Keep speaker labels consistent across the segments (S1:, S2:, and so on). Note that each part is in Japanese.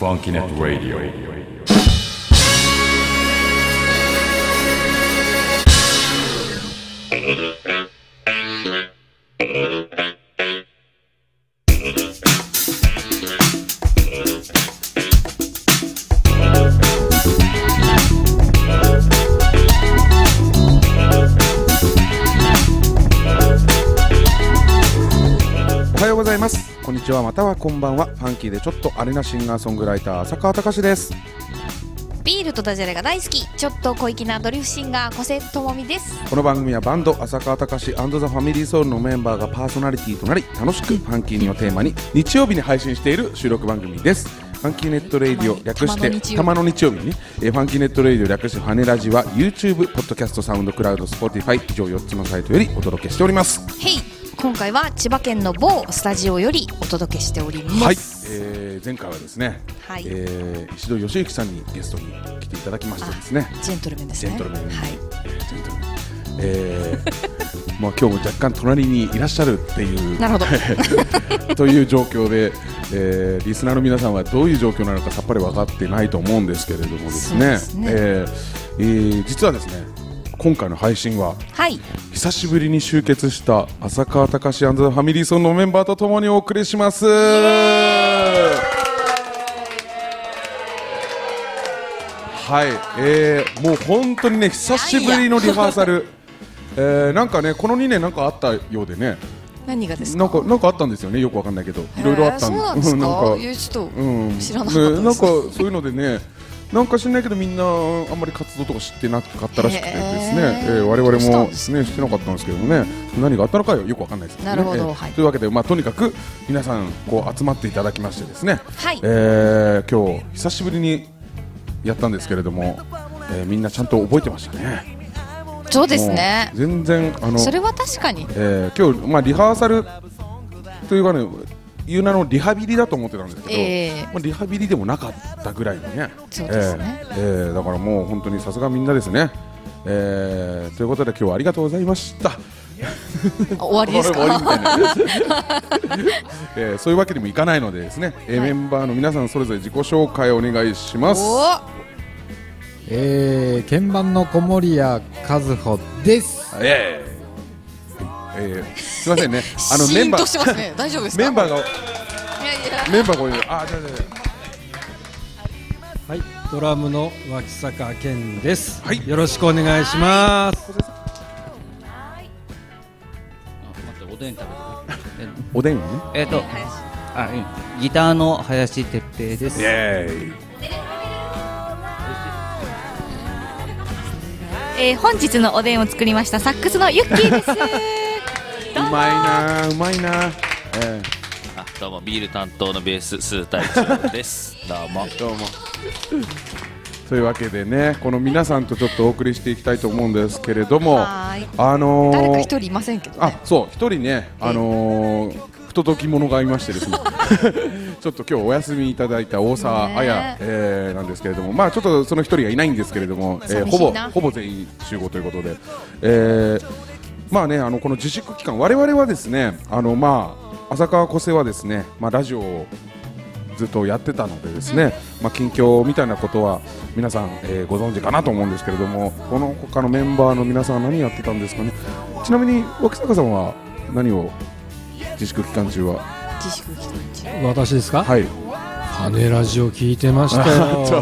S1: Funkynet Radio。
S2: おはようございます。こんにちは、またはこんばんは。ファンキーでちょっとアレなシンガーソングライター浅川隆です。
S3: ビールとダジャレが大好き、ちょっと小粋なドリフシンガー小瀬智美です。
S2: この番組はバンド浅川隆&ザ・ファミリーソウルのメンバーがパーソナリティとなり、楽しくファンキーにをテーマに日曜日に配信している収録番組です。ファンキーネットレイディオ略してたまの日曜日に、ファンキーネットレイディオ略してファネラジは YouTube、ポッドキャスト、サウンドクラウド、Spotify 以上4つのサイトよりお届けしております。
S3: ヘイ、今回は千葉県の某スタジオよりお届けしております。
S2: はい、前回はですね、
S3: はい、
S2: 石戸義行さんにゲストに来ていただきましてですね、
S3: ジェントルメンですね。
S2: ジェントルメン、
S3: はい、
S2: ジェントルメン、まあ今日も若干隣にいらっしゃるっていう
S3: なるほど
S2: という状況で、リスナーの皆さんはどういう状況なのかさっぱり分かってないと思うんですけれどもですね、実はですね、今回の配信は、
S3: はい、
S2: 久しぶりに集結した浅川隆&ザ・ファミリーソンのメンバーとともにお送りします。はい、もう本当にね、久しぶりのリハーサル、なんかね、この2年なんかあったようでね。
S3: 何がですか？
S2: なんかあったんですよね、よくわかんないけど、いろいろあったんで。
S3: そうなんですか？
S2: なんか
S3: ちょっと知らなかったです。
S2: なんかそういうのでね、なんか知らないけどみんなあんまり活動とか知ってなかったらしくてですね、我々もね知ってなかったんですけどもね、何があったのかよくわかんないですけどね。
S3: なるほど、はい、
S2: というわけで、まあとにかく皆さんこう集まっていただきましてですね、
S3: はい、
S2: 今日久しぶりにやったんですけれども、みんなちゃんと覚えてましたね。
S3: そうですね。
S2: 全然
S3: それは確かに、
S2: 今日、まあ、リハーサルというかね、いう名のリハビリだと思ってたんですけど、まあ、リハビリでもなかったぐらいのね。
S3: そうですね、
S2: だからもう本当にさすがみんなですね、ということで今日はありがとうございました
S3: 終わりですか？
S2: 終わりみたいなそういうわけにもいかないのでですね、メンバーの皆さんそれぞれ自己紹介をお願いします。
S4: 鍵盤の小森谷和穂です。
S2: すいませんね、メンバー
S3: シーンとしてますね。大丈夫ですか？
S2: メンバーが
S3: いや
S2: メンバーが
S4: はい、ドラムの脇坂健です。
S2: はい、
S4: よろしくお願いします。
S5: 待って、おでん食べてる。
S2: おでんね。
S5: ギターの林哲平です。
S2: イエーイ。
S3: 本日のおでんを作りましたサックスのユッキーです。
S2: うまいな、うまいな。
S6: どうも、ビール担当のベーススー隊長です。どうも。
S2: というわけでね、この皆さんとちょっとお送りしていきたいと思うんですけれども、
S3: 誰か一人いませんけどね。
S2: そう一人ね、不届き者がいましてですねちょっと今日お休みいただいた大沢彩、なんですけれども、まあちょっとその一人がいないんですけれども、ほぼ全員集合ということで、まあね、この自粛期間、我々はですね、まあ浅川小瀬はですね、まあラジオをずっとやってたのでですね、まあ近況みたいなことは皆さん、ご存知かなと思うんですけれども、この他のメンバーの皆さんは何やってたんですかね。ちなみに脇坂さんは何を自粛期間中は？
S4: 私ですか？
S2: はい。
S4: ファネラジオ聞いてましたよ。
S2: 恥ずか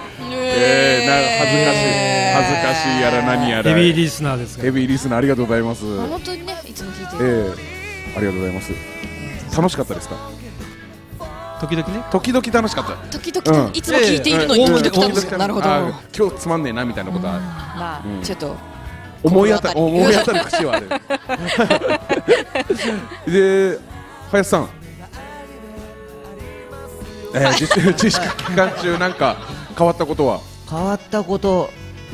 S2: しいやら何やら。
S4: ヘビーリスナーですから。
S2: ヘビーリスナーありがとうございます。
S3: 本当にね、いつも聞いてる。
S2: ありがとうございます。楽しかったですか？
S4: 時々ね。
S2: 時々楽しかった。
S3: 時々、いつも聞いているのに時々楽しかった。なるほど。
S2: 今日つまんねえなみたいなことは。
S3: まあちょっと
S2: 思い当たる節はある。で、林さん。自粛期間中なんか変わったことは？
S5: 変わったこと、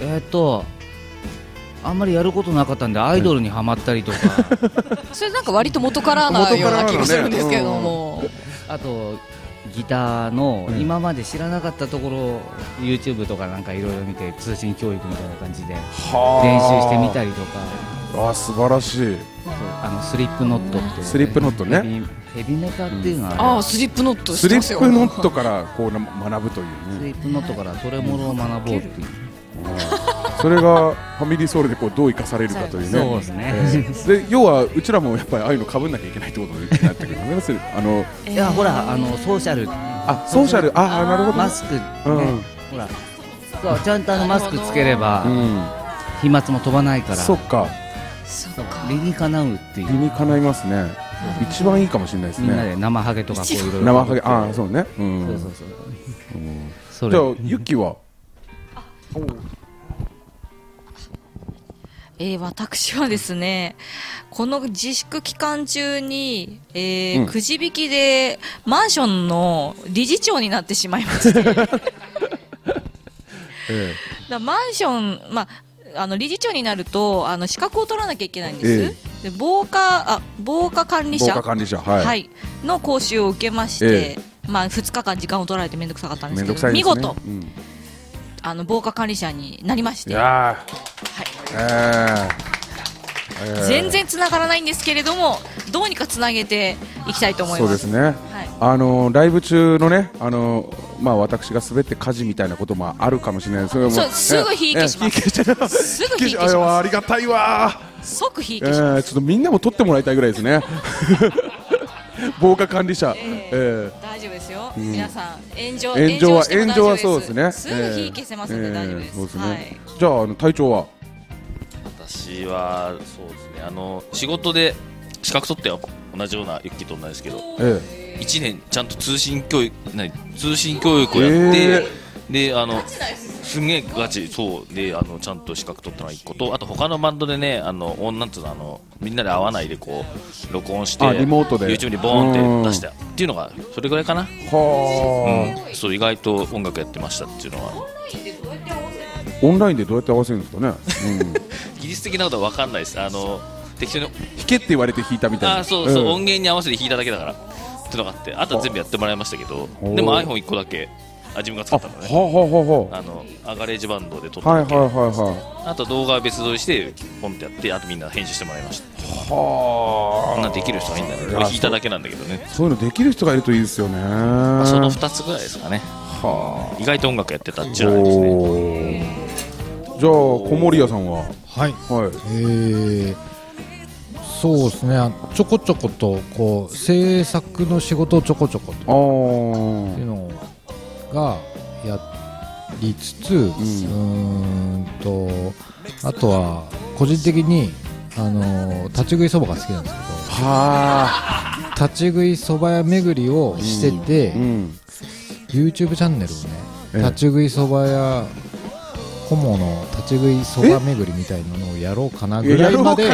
S5: あんまりやることなかったんでアイドルにハマったりとか、
S3: それなんか割と元からなような気がするんですけども、
S5: あとギターの今まで知らなかったところを YouTube とかなんかいろいろ見て通信教育みたいな感じで練習してみたりとか、
S2: あ、素晴らしい。
S5: スリップノットっていう
S2: スリップノットね。
S5: ヘビメタっていうのは、
S3: スリップノット
S2: スリップノットからこう学ぶという
S5: ス
S2: ね。
S5: リップノットからトレモロを学ぼうっていう。
S2: それがファミリーソウルでこうどう生かされるかというね。
S5: そうですね。
S2: で要はうちらもやっぱりああいうの被んなきゃいけないってことになってくるね。
S5: いやほらソーシャル、
S2: ソーシャル、なるほど。
S5: マスクね、ほらそうちゃんとマスクつければ飛沫も飛ばないから。
S2: そっか。
S5: 理にかなうっていう。
S2: 理にかないますね。一番いいかもしれないですね。
S5: みんなで生ハゲとかこういろいろ。
S2: 生ハゲ、そうね。
S5: そう。
S2: じゃあユッキーは。
S3: 私はですね、この自粛期間中に、くじ引きでマンションの理事長になってしまいましてマンション、理事長になると資格を取らなきゃいけないんです、で防火管理者、はいの講習を受けまして、2日間時間を取られて面倒くさかったんですけど、見事、防火管理者になりまして、全然つながらないんですけれども、どうにかつなげていきたいと思います。
S2: そうですね、ライブ中のね、私が滑って火事みたいなこともあるかもしれないですけども、
S3: すぐ火消します。すぐ火消します。
S2: ありがたいわ。
S3: 即火消します。
S2: ちょっとみんなも撮ってもらいたいぐらいですね防火管理者、
S3: 大丈夫ですよ、皆さん炎上は
S2: そうですね、
S3: すぐ火消せますので大丈夫です。
S2: じゃあ隊長は。
S6: 私はそうですね、仕事で資格取ったよ、同じようなユッキーと同じですけど、1年ちゃんと通信教育をやって、ですんげえガチそうでちゃんと資格取ったのが1個と、あと他のバンドでね、なんつうのみんなで会わないでこう録音して
S2: リモートで
S6: YouTube にボーンって出したっていうのがそれぐらいかな。そう意外と音楽やってましたっていうのは。
S2: オンラインでどうやって合わせるんですかね。
S6: 技術的なことは分かんないです。適当に
S2: 弾けって言われて弾いたみたいな。
S6: そう、音源に合わせて弾いただけだからっていうのがあって、あとは全部やってもらいましたけど、でも iPhone1 個だけ自分が作ったのね。アガレージバンドで撮っただけ。あと動画は別撮りしてポンってやって、あとみんな編集してもらいました。こんなできる人がいいんだね。俺弾いただけなんだけどね。
S2: そういうのできる人がいるといいですよね。
S6: その2つぐらいですかね。意外と音楽やってたっちゅうのですね。
S2: じゃあ小森屋さんは。
S1: そうですね、ちょこちょことこう制作の仕事をちょこちょことっていうのがやりつつ、あとは個人的に立ち食いそばが好きなんですけど、立ち食いそば屋巡りをしてて、YouTube チャンネルをね、立ち食いそば屋ホモの立ち食いそば巡りみたいなのをやろうかなぐらいまで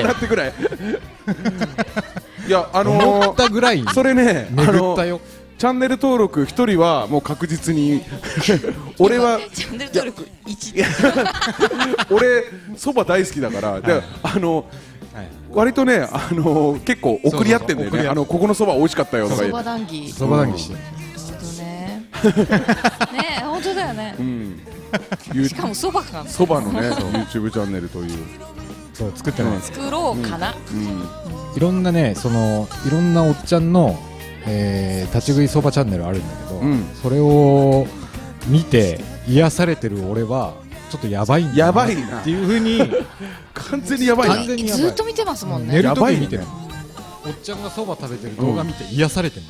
S1: いや思ったぐらい
S2: それね、
S1: 巡ったよ。
S2: チャンネル登録1人はもう確実に俺は
S3: チャンネル登録1
S2: 俺そば大好きだから、で割とね結構送り合ってんだよね。ここのそば美味しかったよとか言って、
S1: そば談義して
S3: ね本当だよね。しかもそばかな、
S2: そばのね YouTube チャンネルという、
S1: そう作ってない、
S3: 作ろうかな。
S1: いろんなね、いろんなおっちゃんの立ち食いそばチャンネルあるんだけど、それを見て癒されてる俺はちょっとやばいんだなっていう風に
S2: 完全にやばいな。
S3: ずっと見てますもんね。
S1: 寝るとき見てる。おっちゃんがそば食べてる動画見て癒されてる。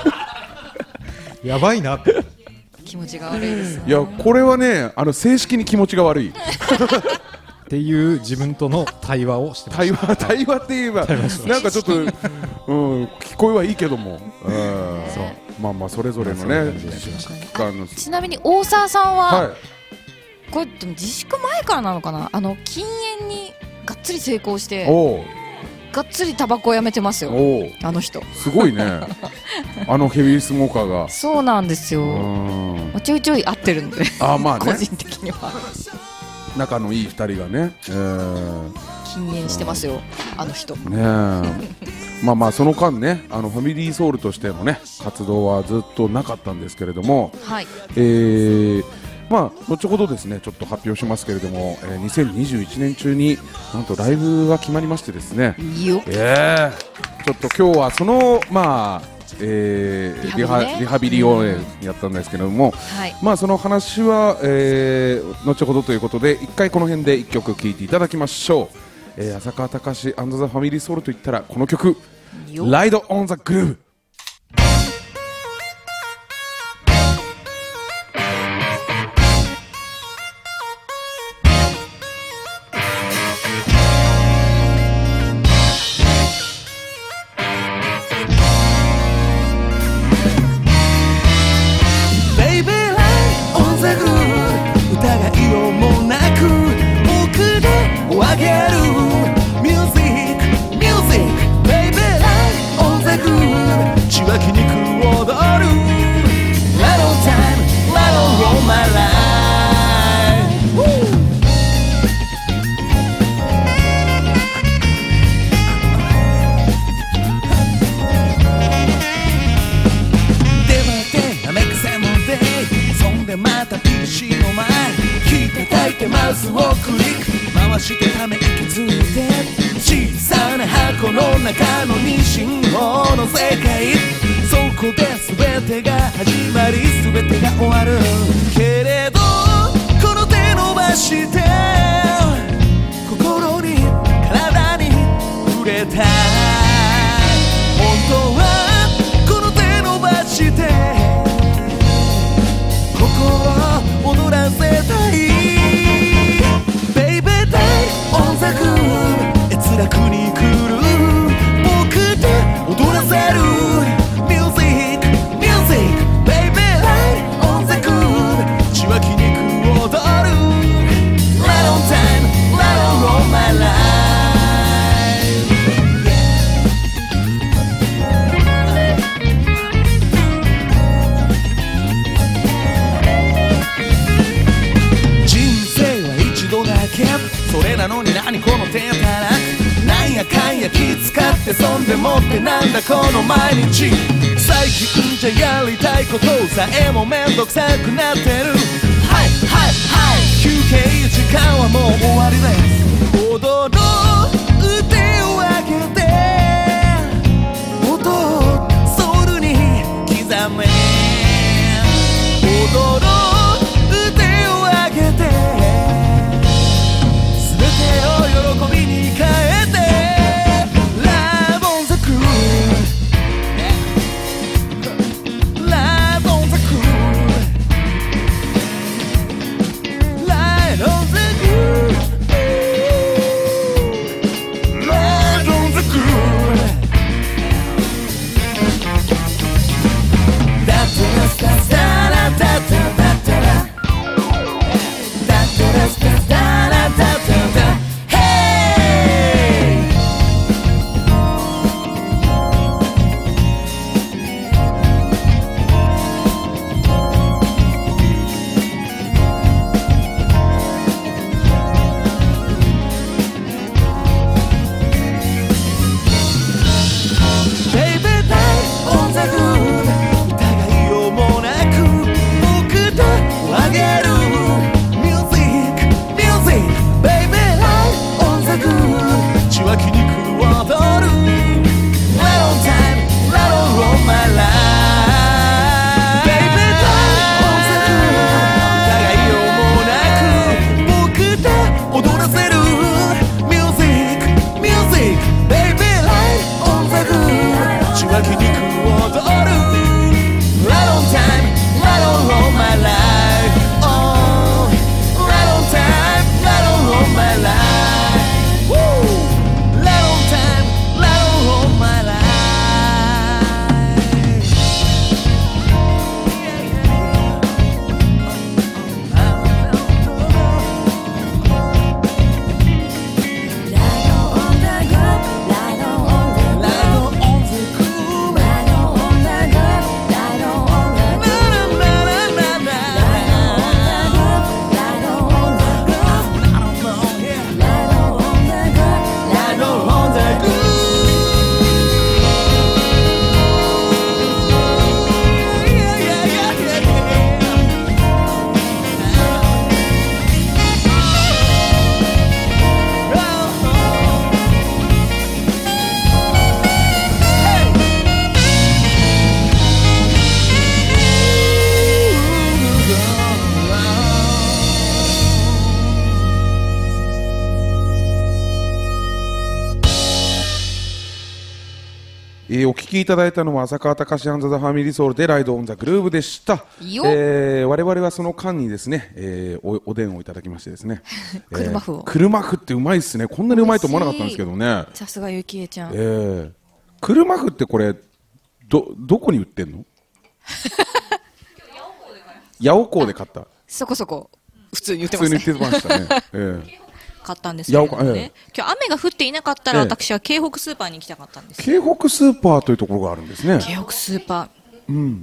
S1: やばいなって。
S3: 気持ちが悪いですね。
S2: いやこれはね正式に気持ちが悪い
S1: っていう自分との対話をしてました。
S2: 対話って言えばなんかちょっと聞こえはいいけども、それぞれのね期間の。
S3: ちなみに大沢さんはこれでも自粛前からなのかな、禁煙にがっつり成功してがっつりタバコをやめてますよ、あの人。
S2: すごいねヘビースモーカーが。
S3: そうなんですよ。ちょいちょい合ってるんで、個人的には
S2: 仲のいい2人がね、
S3: 禁煙してますよ、あの人
S2: ね。その間ねファミリーソウルとしてのね活動はずっとなかったんですけれども、 まあ後ほどですねちょっと発表しますけれども、2021年中になんとライブが決まりましてですね、ちょっと今日はそのまあリハビリをやったんですけれども、まあその話は、後ほどということで一回この辺で一曲聴いていただきましょう。浅川隆&ザ・ファミリーソウルといったらこの曲ライド・オン・ザ・グルーヴ。
S7: Light on the
S2: お聞きいただいたのは浅川隆史&ザ・ファミリーソウルでライドオンザグルーヴでした。我々はその間にですね、おでんをいただきましてですね
S3: 車麩を
S2: 車麩ってうまいっすね。こんなにうまいと思わなかったんですけどね。
S3: さすがゆきえちゃん。
S2: 車麩ってこれどこに売ってんの？八百港で買った。
S3: そこそこ普通に言ってますね。
S2: 普通に言ってましたね。
S3: 買ったんですけどね、今日雨が降っていなかったら私は京北スーパーに行きたかったんです。
S2: 京北スーパーというところがあるんですね。
S3: 京北スーパー、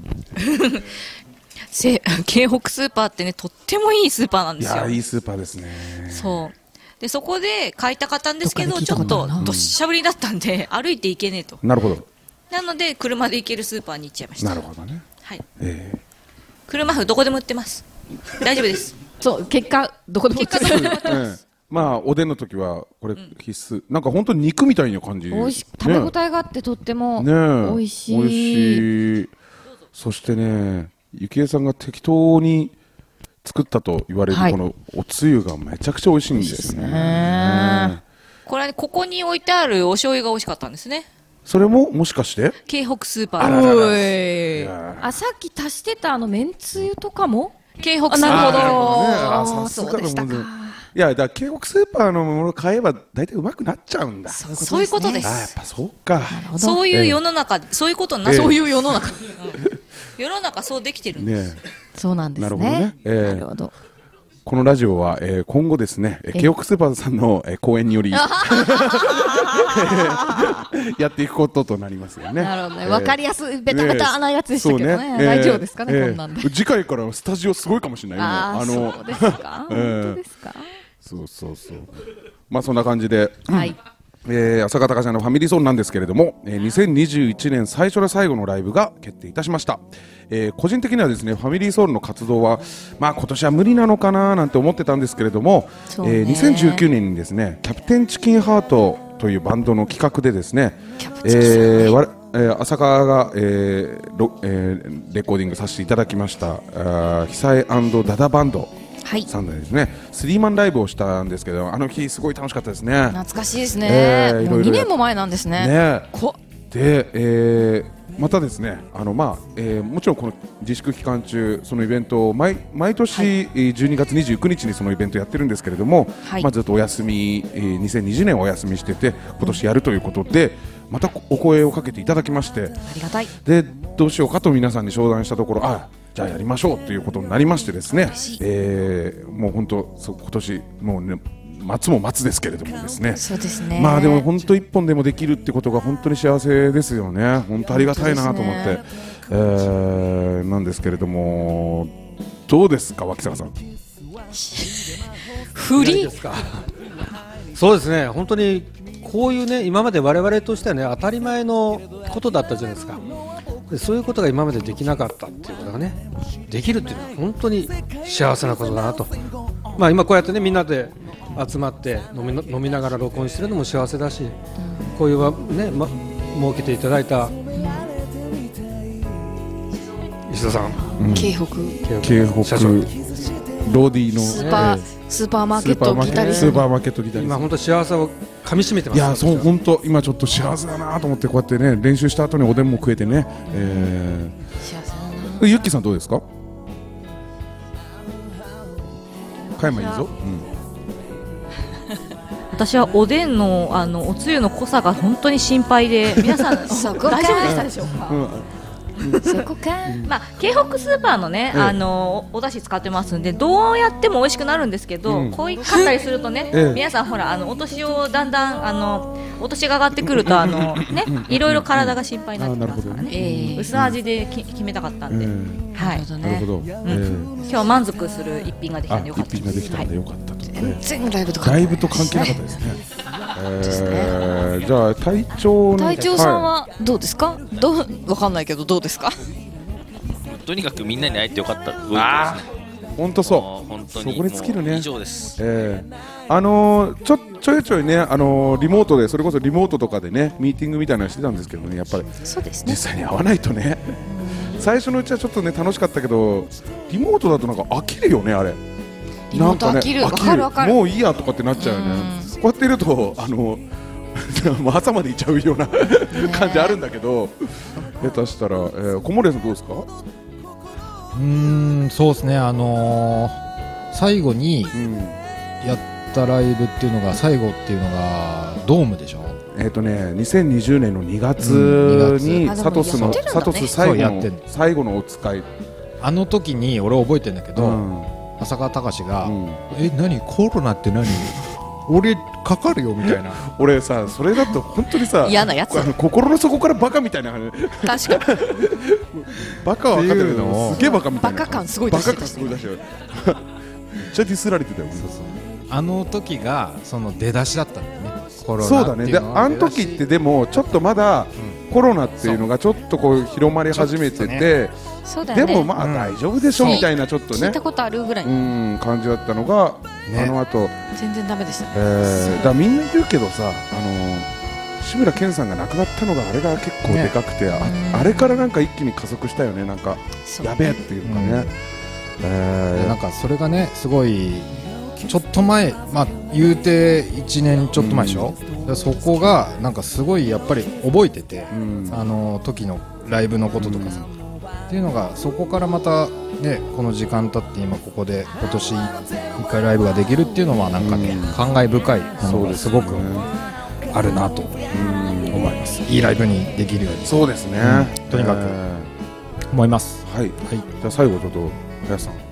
S3: 京北スーパーってね、とってもいいスーパーなんですよ。
S2: いや、いいスーパーですね。
S3: そうで、そこで買いたかったんですけど、ちょっとどっしゃぶりだったんで歩いて行けねえと。
S2: なるほど。
S3: なので車で行けるスーパーに行っちゃいました。
S2: なるほどね。
S3: はい。車麩どこでも売ってます。大丈夫です。
S7: そう、結果どこでも売ってます。
S2: まあおでんの時はこれ必須、なんか本当に肉みたいな感じ、
S7: 食べ応えがあってとっても美味しい。美味しい。
S2: そしてね、ゆきえさんが適当に作ったと言われるこのおつゆがめちゃくちゃ美味しいんですね。
S3: これここに置いてあるお醤油が美味しかったんですね。
S2: それももしかして
S3: 京北スーパー。
S7: さっき足してためんつゆとかも
S3: 京北スーパー。
S7: なるほど。そうでしたか。
S2: いや、だから京北スーパーのものを買えば大体うまくなっちゃうんだ。
S3: そういうことです。
S2: やっぱそうか。
S3: そういう世の中、そういうことな、そういう世の中。世の中そうできてるんです。
S7: そうなんですね。
S2: なるほどね。
S7: なるほど。
S2: このラジオは、今後ですね、京北スーパーさんの、講演によりやっていくこととなりますよね。
S7: なるほどね。わかりやすいベタベタなやつでしたけどね。大丈夫ですかね、こんなんで。
S2: 次回からスタジオすごいかもしれない。
S7: そうですか。本当ですか。
S2: そうそうそう。まあそんな感じで。
S7: はい。
S2: 浅川隆史のファミリーソウルなんですけれども、2021年最初で最後のライブが決定いたしました。個人的にはですね、ファミリーソウルの活動はまあ今年は無理なのかななんて思ってたんですけれども、2019年にですね、キャプテンチキンハートというバンドの企画でですね、浅川が、レコーディングさせていただきましたヒサエ&ダダバンドさんでですね、スリーマンライブをしたんですけど、あの日すごい楽しかったですね。
S7: 懐かしいですね。もう2年も前なんですね。
S2: で、またですね、もちろんこの自粛期間中そのイベントを毎年12月29日にそのイベントやってるんですけれども、ずっとお休み、2020年お休みしてて今年やるということで、またお声をかけていただきまして、
S7: ありがたい。
S2: でどうしようかと皆さんに相談したところ、じゃあやりましょうということになりましてですね、もう本当今年もうね、待つも待つですけれどもですね。
S7: そうですね。
S2: まあでも本当一本でもできるってことが本当に幸せですよね。本当ありがたいなと思って、なんですけれども、どうですか脇坂さん。
S3: 振り
S4: そうですね。本当にこういうね、今まで我々としてはね、当たり前のことだったじゃないですか。でそういうことが今までできなかったっていうことがね、できるっていうのは本当に幸せなことだなと。まあ今こうやってね、みんなで集まって飲みながら録音してるのも幸せだし、こういうね、設けていただいた石田さん、
S3: 京
S2: 北
S4: 社長、
S2: ローディーの
S7: スーパーマーケットギタリスト、
S2: スーパーマーケットギタリスト、
S4: 今本当幸せを噛み締めてます。
S2: いや、そう本当今ちょっと幸せだなと思って、こうやってね練習した後におでんも食えてね、
S7: 幸せだな。
S2: ゆっきーさんどうですか。加山いいぞ。
S3: 私はおでんのおつゆの濃さが本当に心配で、皆さん大丈夫でしたでしょうか。
S7: そこか。
S3: まあ京北スーパーのね、お出汁使ってますんで、どうやっても美味しくなるんですけど、こういったりするとね、皆さんほらお年をだんだんお年が上がってくるとね、いろいろ体が心配になってきますからね。薄味で決めたかったんで、はい。
S2: なるほど。
S3: 今日満足する一品ができたんでよかった。
S2: 一品ができたんでよかったと。
S7: 全然ライブと
S2: 関係なかったですね。じゃあ隊長
S7: さんはどうですか。わかんないけどどうですか。
S6: とにかくみんなに会えてよかった。
S2: 本当そう。
S6: 本当に
S2: そこに尽きるね。
S6: 以上です。
S2: ちょいちょいね、リモートで、それこそリモートとかでね、ミーティングみたいなのしてたんですけどね、やっぱり実際に会わないとね、最初のうちはちょっとね楽しかったけど、リモートだとなんか飽きるよね、あれ。
S7: リモート飽きる。わかる。
S2: もういいやとかってなっちゃうよね。こうやっているともう朝まで行っちゃうような感じあるんだけど、下手したら、小森さんどうですか？
S1: そうですね、最後にやったライブっていうのが、最後っていうのがドームでしょ。
S2: 2020年の2月にサトス最後のお使い、
S1: あの時に俺覚えてるんだけど、浅川隆が、何コロナって何俺かかるよみたいな。
S2: 俺さ、それだと本当にさ、
S3: 嫌なやつ、
S2: 心の底からバカみたいな。
S3: 確かに
S2: バカは分かってるけど、すげえバカみたいな。
S3: バカ感すごい出してる。
S2: めっちゃディスられてたよ。
S1: あの時がその出だしだったんだよね、コロナ。
S2: そうだね。で、あの時ってでもちょっとまだコロナっていうのがちょっとこう広まり始めてて、でもまあ大丈夫でしょみたいな、ちょっとね
S3: 聞いたことあるぐらい
S2: 感じだったのが、あの後
S3: 全然ダメでしたね。
S2: だからみんな言うけどさ、志村けんさんが亡くなったのがあれが結構でかくて、あれからなんか一気に加速したよね。なんかやべえっていうかね。
S1: なんかそれがね、すごいちょっと前、言うて1年ちょっと前でしょ。そこがなんかすごいやっぱり覚えてて、あの時のライブのこととかさ、っていうのが、そこからまたね、この時間経って今ここで今年1回ライブができるっていうのはなんかね、感慨深いものがすごくあるなと思います。いいライブにできるように、
S2: そうですね、
S1: とにかく思います。
S2: はい、じゃあ最後ちょっと林さん。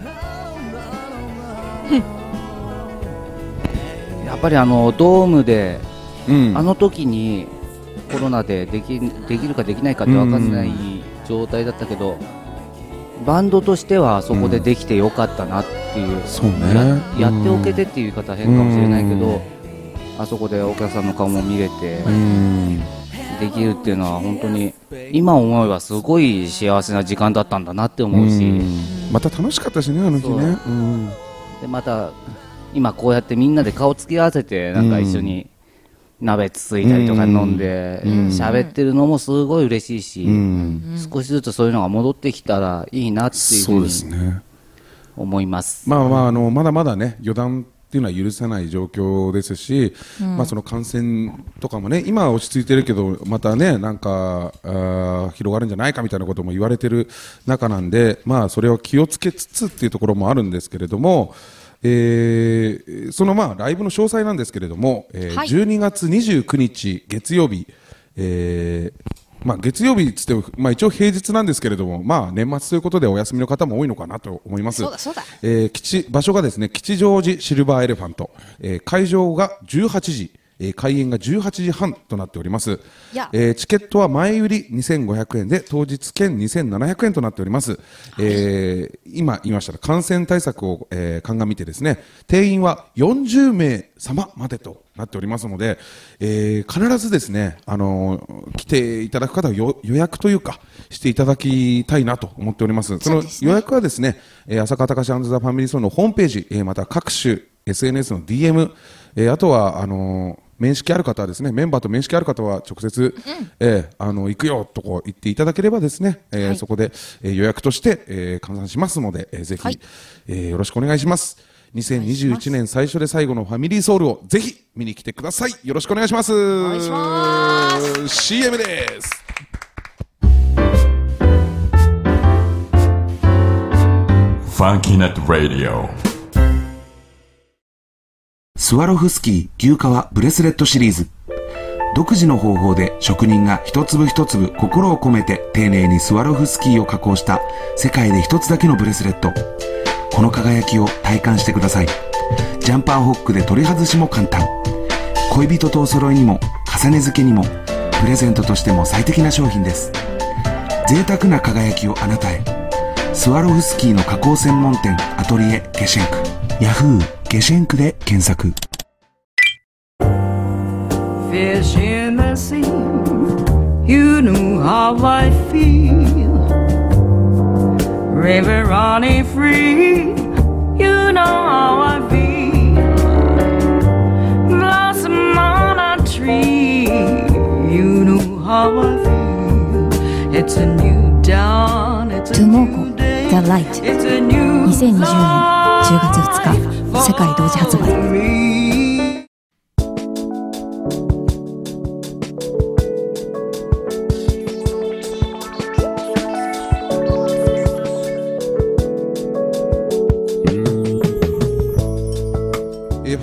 S5: やっぱりドームで、あの時にコロナでできるかできないかって分かんない状態だったけど、バンドとしてはそこでできてよかったなっていう、やっておけてっていう言い方は変かもしれないけど、あそこでお客さんの顔も見れてできるっていうのは本当に今思えばすごい幸せな時間だったんだなって思うし、
S2: また楽しかったしね、あの日ね。
S5: でまた今こうやってみんなで顔つき合わせてなんか一緒に鍋つついたりとか飲んで喋ってるのもすごい嬉しいし、少しずつそういうのが戻ってきたらいいなっていうふうに思います。
S2: まだまだね、予断っていうのは許さない状況ですし、その感染とかもね、今は落ち着いてるけどまたね、なんか広がるんじゃないかみたいなことも言われてる中なんで、それを気をつけつつっていうところもあるんですけれども、そのライブの詳細なんですけれども、12月29日月曜日、月曜日つって、一応平日なんですけれども、年末ということでお休みの方も多いのかなと思います。
S3: そうだ、
S2: 場所がですね、吉祥寺シルバーエレファント、会場が18時、開演が18時半となっております。チケットは前売り2500円で当日券2700円となっております。今言いましたら感染対策を、鑑みてですね、定員は40名様までとなっておりますので、必ずですね、来ていただく方は予約というかしていただきたいなと思っております。その予約はですね、浅川隆&ザ・ファミリーソンのホームページ、また各種 SNS の DM、あとは面識ある方はですね、メンバーと面識ある方は直接、行くよとこう言っていただければですね、そこで、予約として、換算しますので、ぜひ、よろしくお願いします。2021年最初で最後のファミリーソウルをぜひ見に来てください。よろしくお願いします。お願いします。CM です。
S8: ファンキーネットラディオ。
S9: スワロフスキー牛革ブレスレットシリーズ。独自の方法で職人が一粒一粒心を込めて丁寧にスワロフスキーを加工した世界で一つだけのブレスレット。この輝きを体感してください。ジャンパーホックで取り外しも簡単。恋人とお揃いにも重ね付けにもプレゼントとしても最適な商品です。贅沢な輝きをあなたへ。スワロフスキーの加工専門店アトリエゲシェンク。ヤフーゲシェンクで検索。
S10: Fish in the sea, you know how I feel. River running free, you know how I feel. Blossom on a tree, you know how I feel. It's a new dawn, it's a new day.
S11: The Light 2020年10月2日世界同時発売。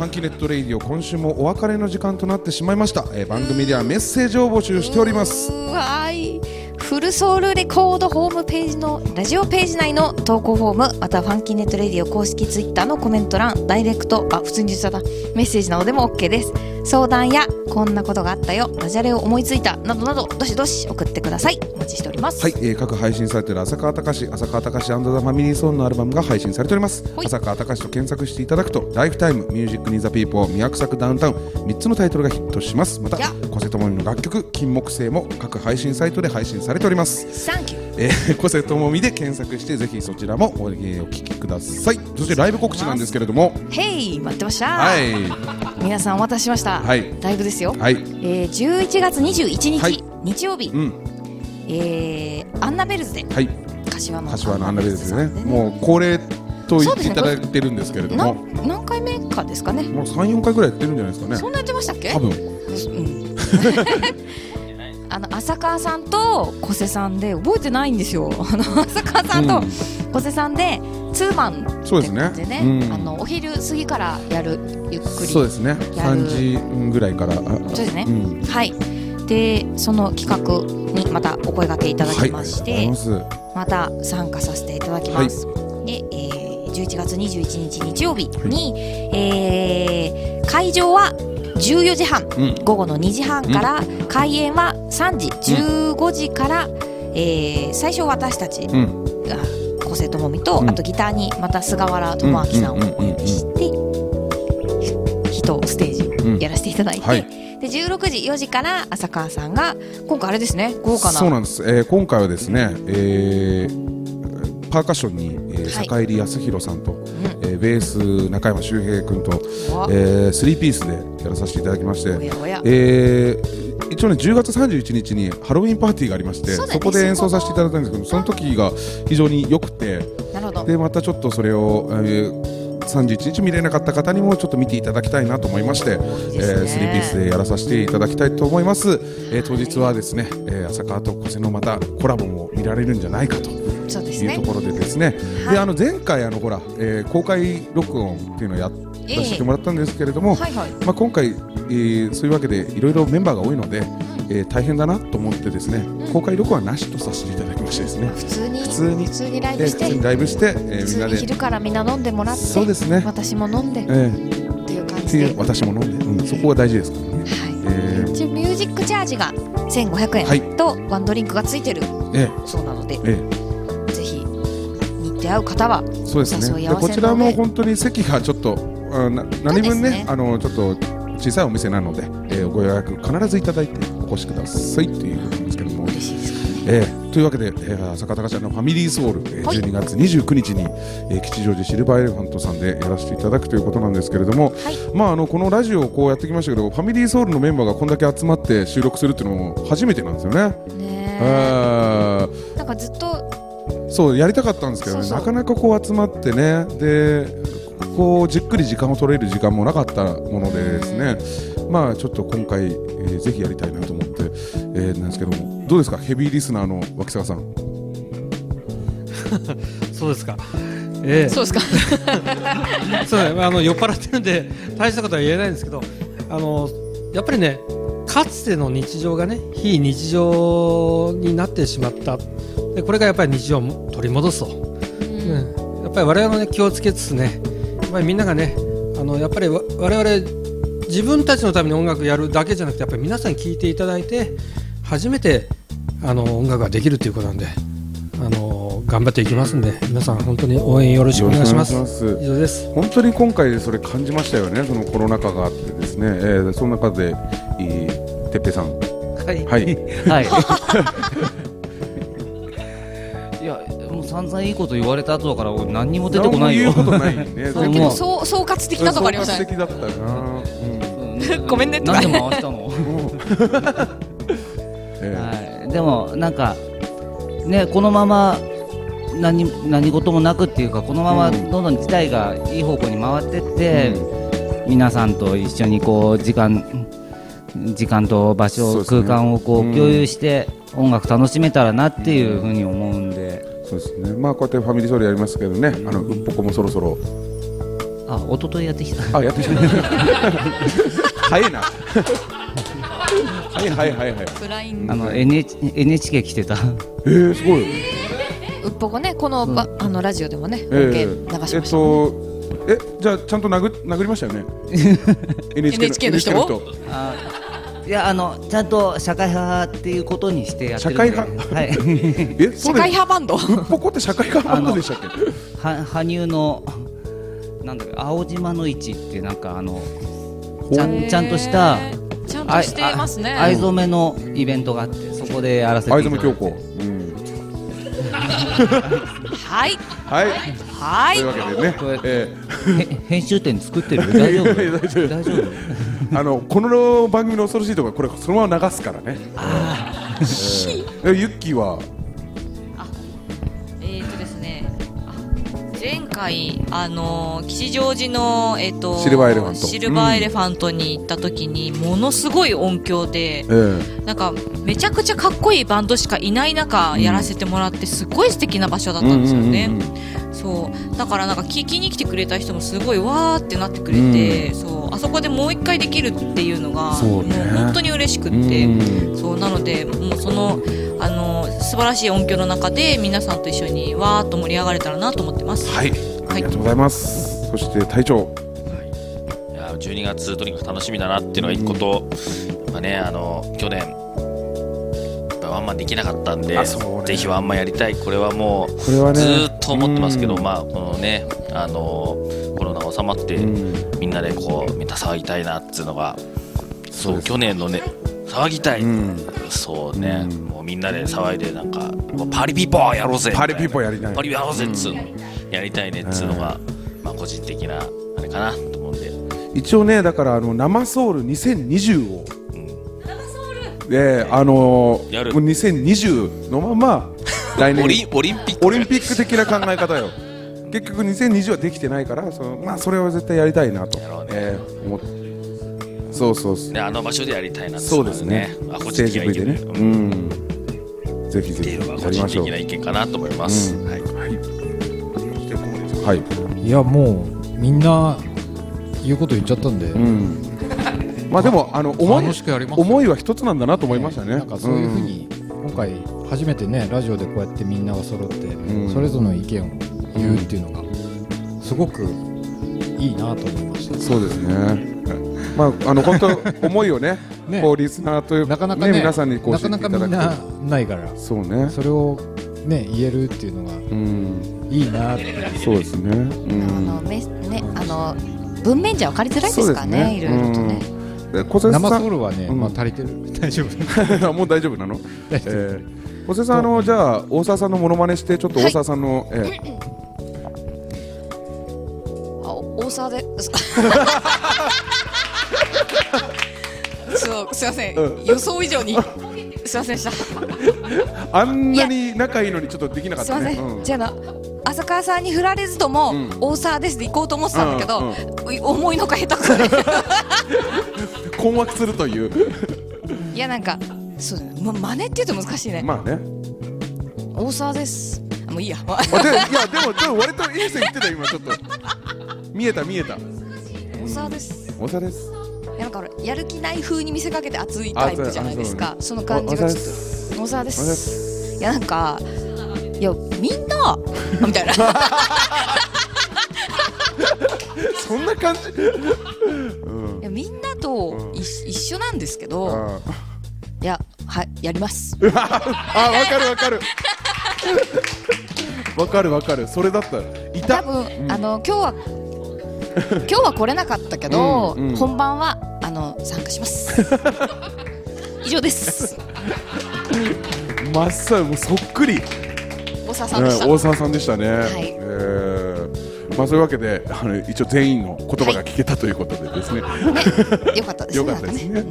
S2: ンキーネットレイディオ、今週もお別れの時間となってしまいました。番組ではメッセージを募集しております。
S7: はい、フルソウルレコードホームページのラジオページ内の投稿フォーム、またはファンキーネットレディオ公式ツイッターのコメント欄、ダイレクト、普通に言っちゃった、メッセージなどでも OK です。相談やこんなことがあったよ、ダジャレを思いついたなどなど、どしどし送ってください。お待ちしております。
S2: はい、各配信されている浅川隆史&ザ・ファミリーソーンのアルバムが配信されております。浅川隆史と検索していただくと、ライフタイム、ミュージック・ニー・ザ・ピーポー、宮草区ダウンタウン、3つのタイトルがヒットします。また小瀬智美の楽曲金木犀も各配信サイトで配信されております。
S7: サンキュー。
S2: 小瀬智美で検索して、ぜひそちらもお聴きください。そしてライブ告知なんですけれども、
S7: ヘイ、待ってました。
S2: はい、
S7: 皆さんお待たせしました。
S2: はい、
S7: ライブですよ。
S2: はい、
S7: 11月21日、はい、日曜日、アンナベルズで、
S2: はい、柏のアンナベルズでね、もう恒例と言っていただいてるんですけれども、
S7: 何回目かですかね。
S2: もう 3,4 回ぐらいやってるんじゃないですかね。
S7: そんなやってましたっけ。
S2: 多分、
S7: 浅川さんと小瀬さんで覚えてないんですよ。浅川さんと小瀬さんでツーマンって感じでね、お昼過ぎからやる、ゆっくり、
S2: そうですね、3時ぐらいから、
S7: そうですね、はい。でその企画にまたお声掛けいただきまして、はい、また参加させていただきます。はい、で、11月21日日曜日に、はい、会場は14時半、午後の2時半から、開演は3時、15時から、最初私たち、小瀬智美と、あとギターにまた菅原智明さんをお呼びして、1ステージやらせていただいて、で16時4時から浅川さんが今回あれですね、豪華な。
S2: そうなんです、今回はですね、パーカッションに、坂入康弘さんと、ベース中山修平君と、3ピースでやらさせていただきまして、一応ね10月31日にハロウィンパーティーがありまして、 そこで演奏させていただいたんですけど、その時が非常に良くて、でまたちょっとそれを、31日見れなかった方にもちょっと見ていただきたいなと思いまして、3ピースでやらさせていただきたいと思います。当日はですね、浅川と小瀬のまたコラボも見られるんじゃないかというところでですね、で前回ほら、公開録音っていうのをやらせてもらったんですけれども、今回、そういうわけでいろいろメンバーが多いので、大変だなと思ってですね、公開録音はなしとさせていただきましてですね、
S7: 普通にライブして、
S2: みんなで
S7: 昼からみんな飲んでもらって、
S2: そうですね、
S7: 私も飲んで、っていう感じで、
S2: 私も飲んで、そこは大事ですからね。
S7: 一応ミュージックチャージが1500円とワンドリンクがついてるそうなので、ぜひ日程合う方は
S2: そうですね。でこちらも本当に席がちょっと何分ね、ちょっと小さいお店なので、ご予約必ずいただいてお越しくださいということなんですけども、
S7: 嬉しいですかね。
S2: というわけで、浅川隆史のファミリーソウル、12月29日に、吉祥寺シルバーエレファントさんでやらせていただくということなんですけれども、このラジオをこうやってきましたけど、ファミリーソウルのメンバーがこんだけ集まって収録するっていうのも初めてなんですよね。
S7: なんかずっと
S2: そうやりたかったんですけどね、なかなかこう集まってね、でこうじっくり時間を取れる時間もなかったものでですね、ちょっと今回、ぜひやりたいなと思って、なんですけども、どうですか、ヘビーリスナーの脇坂さん。
S4: そうですか、
S7: そうですか
S4: そうね、酔っ払ってるんで大したことは言えないんですけど、やっぱりね、かつての日常がね、非日常になってしまった。でこれがやっぱり日常を取り戻すと、やっぱり我々もね、気をつけつつね、やっぱりみんながね、やっぱり我々自分たちのために音楽やるだけじゃなくて、やっぱり皆さん聴いていただいて初めて音楽ができるということなんで、頑張っていきますんで、皆さん本当に応援よろしくお願いします。以上です。
S2: 本当に今回それ感じましたよね、そのコロナ禍があってですね、その中でてっぺいさん、
S5: はい
S2: はい
S5: はいいやもう散々いいこと言われた後だから何にも出てこないよ。
S2: 何も言うことないね。
S7: でも総括的なとこありましたね。
S2: 総括的だったな。
S7: ごめんねとか。
S5: 何で回したの。でもなんかね、このまま何事もなくっていうか、このままどんどん事態がいい方向に回ってって、皆さんと一緒にこう時間と場所、空間をこう共有して音楽楽しめたらなっていうふうに思うんで、
S2: そうですね。こうやってファミリーソウルやりますけどね、ウッポコもそろそろ
S5: 一昨日やってきた。
S2: やってきた。早いな。はい。
S5: NHK 来てた。
S2: すごい。
S7: うっぽこね、このラジオでもね、音源流しましたもんね。
S2: じゃあちゃんと殴りましたよね。
S7: NHK の人も。
S5: いやちゃんと社会派っていうことにしてやってるんで。
S2: 社会派。はい。
S7: 社会派バンド。
S2: うっぽこって社会派バンドでしたっけ？
S5: 羽生のなんだろう、青島の市ってなんかちゃんとした
S7: ちゃんとしてますね。
S5: 藍染めのイベントがあって、そこでやらせていただいて。
S2: 藍染め教
S7: はい
S2: はい。というわけで
S5: ね、編集点作ってる？大丈夫？大丈
S2: 夫？この番組の恐ろしいところ、これそのまま流すからね。ユッキーは
S3: ですね、前回吉祥寺の
S2: シルバーエレファント
S3: に行った時にものすごい音響で、なんかめちゃくちゃかっこいいバンドしかいない中やらせてもらって、すごい素敵な場所だったんですよね。そうだからなんか聞きに来てくれた人もすごいわーってなってくれて、そうあそこでもう一回できるっていうのがもう本当に嬉しくって、そうなのでもうその素晴らしい音響の中で皆さんと一緒にわーっと盛り上がれたらなと思ってます。
S2: はい、ありがとうございます。そして隊長、
S6: いや12月とにかく楽しみだなっていうのが一個と、去年ワンマンできなかったんで、ぜひワンマンやりたい。これはもうずっと思ってますけど、このねコロナ収まってみんなでこうみんな騒ぎたいなっていうのが、そう去年のね騒ぎたい、そうね、もうみんなで騒いでなんかパリピーポーやろうぜ、
S2: パリピーポーやりたい、
S6: パリピーやろうぜっつうのやりたいねっつうのが個人的なあれかなと思うんで、
S2: 一応ねだから生ソウル2020をで2020のまま来年
S6: オリンピ
S2: ック的な考え方よ。結局2020はできてないから、それを絶対やりたいなと思って。そう
S6: で場所でやりたいなって。
S2: そうですね。
S6: 個人的な意見で
S2: ね。ぜひぜひやりましょう。
S6: 個人的な意見かなと思います。
S2: はい。
S1: いやもうみんな言うこと言っちゃったんで。
S2: でも思いは一つなんだなと思いましたね。
S1: なんかそういうふうに今回初めてねラジオでこうやってみんなが揃ってそれぞれの意見を言うっていうのがすごくいいなと思いました。
S2: そうですね。本当思いをねこうリスナーという
S1: なかなかね
S2: 皆さんにこう
S1: なかなかみんなないから、
S2: そうね、
S1: それをね言えるっていうのがいいなって。
S2: そうですね。
S7: 文面じゃ分かりづらいですからね、いろいろとね。
S1: 生ソウルはね足りてる。大丈
S2: 夫。もう大丈夫なの？小瀬さんじゃあ大沢さんのモノマネしてちょっと大沢さんの
S7: 大沢で。すいません、予想以上にすいませんでした。
S2: あんなに仲いいのにちょっとできなかったね。
S7: すいません、じゃあ浅川さんに振られずとも大沢ですで行こうと思ってたんだけど、思いのが下手くそで
S2: 困惑するという。
S7: いやなんかそうだね、真似って言うと難しいね。
S2: まあね。
S7: 大沢です。もういいや。い
S2: やでも割といい線言ってた今ちょっと。見えた。
S7: 大沢です。
S2: 大沢です。
S7: なんかやる気ない風に見せかけて熱いタイプじゃないですか。その感じがちょっと大沢です。いやなんかいやみんなみたいな。
S2: そんな感じ。
S7: いやみんなと一緒なんですけど、いややります。
S2: わかる。それだったらいた。
S7: 多分今日は来れなかったけど、本番は参加します。以上です。
S2: まっさもうそっくり
S7: 大沢さんでした。
S2: 大沢さんでしたね。そういうわけで一応全員の言葉が聞けたということでですね。
S7: よかったですね。
S2: よかったですね。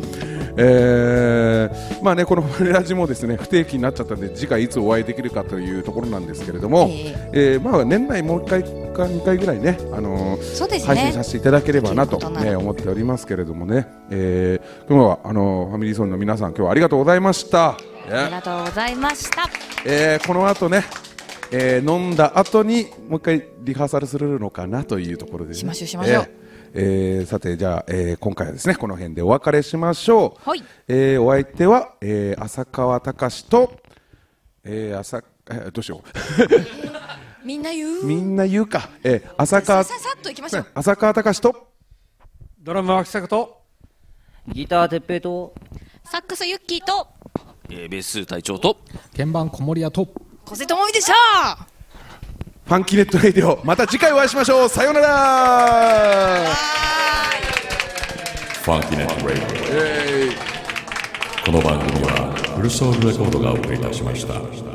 S2: このファネラジもですね不定期になっちゃったんで次回いつお会いできるかというところなんですけれども、年内もう1回か2回ぐらいね配信させていただければなと思っておりますけれどもね、今日はファミリーソンの皆さん今日はありがとうございました。
S7: ありがとうございました。
S2: この後ね飲んだ後にもう一回リハーサルするのかなというところで、ね、
S7: しましょうしましょ
S2: う。さてじゃあ、今回はですねこの辺でお別れしましょう。
S7: はい。
S2: お相手は、浅川隆と、どうしよう
S7: みんな言う
S2: みんな言うか、浅川
S7: さっといきましょう。
S2: 浅川隆と
S4: ドラム秋坂と
S5: ギターてっぺいと
S3: サックスユッキーと、
S6: ベース隊長と
S1: 鍵盤小森屋と
S7: 小瀬智美でした。
S2: ファンキーネットレディオ、また次回お会いしましょう。さようなら。
S8: ファンキーネットレディオ、この番組はフルソウルレコードがお送りいたしました。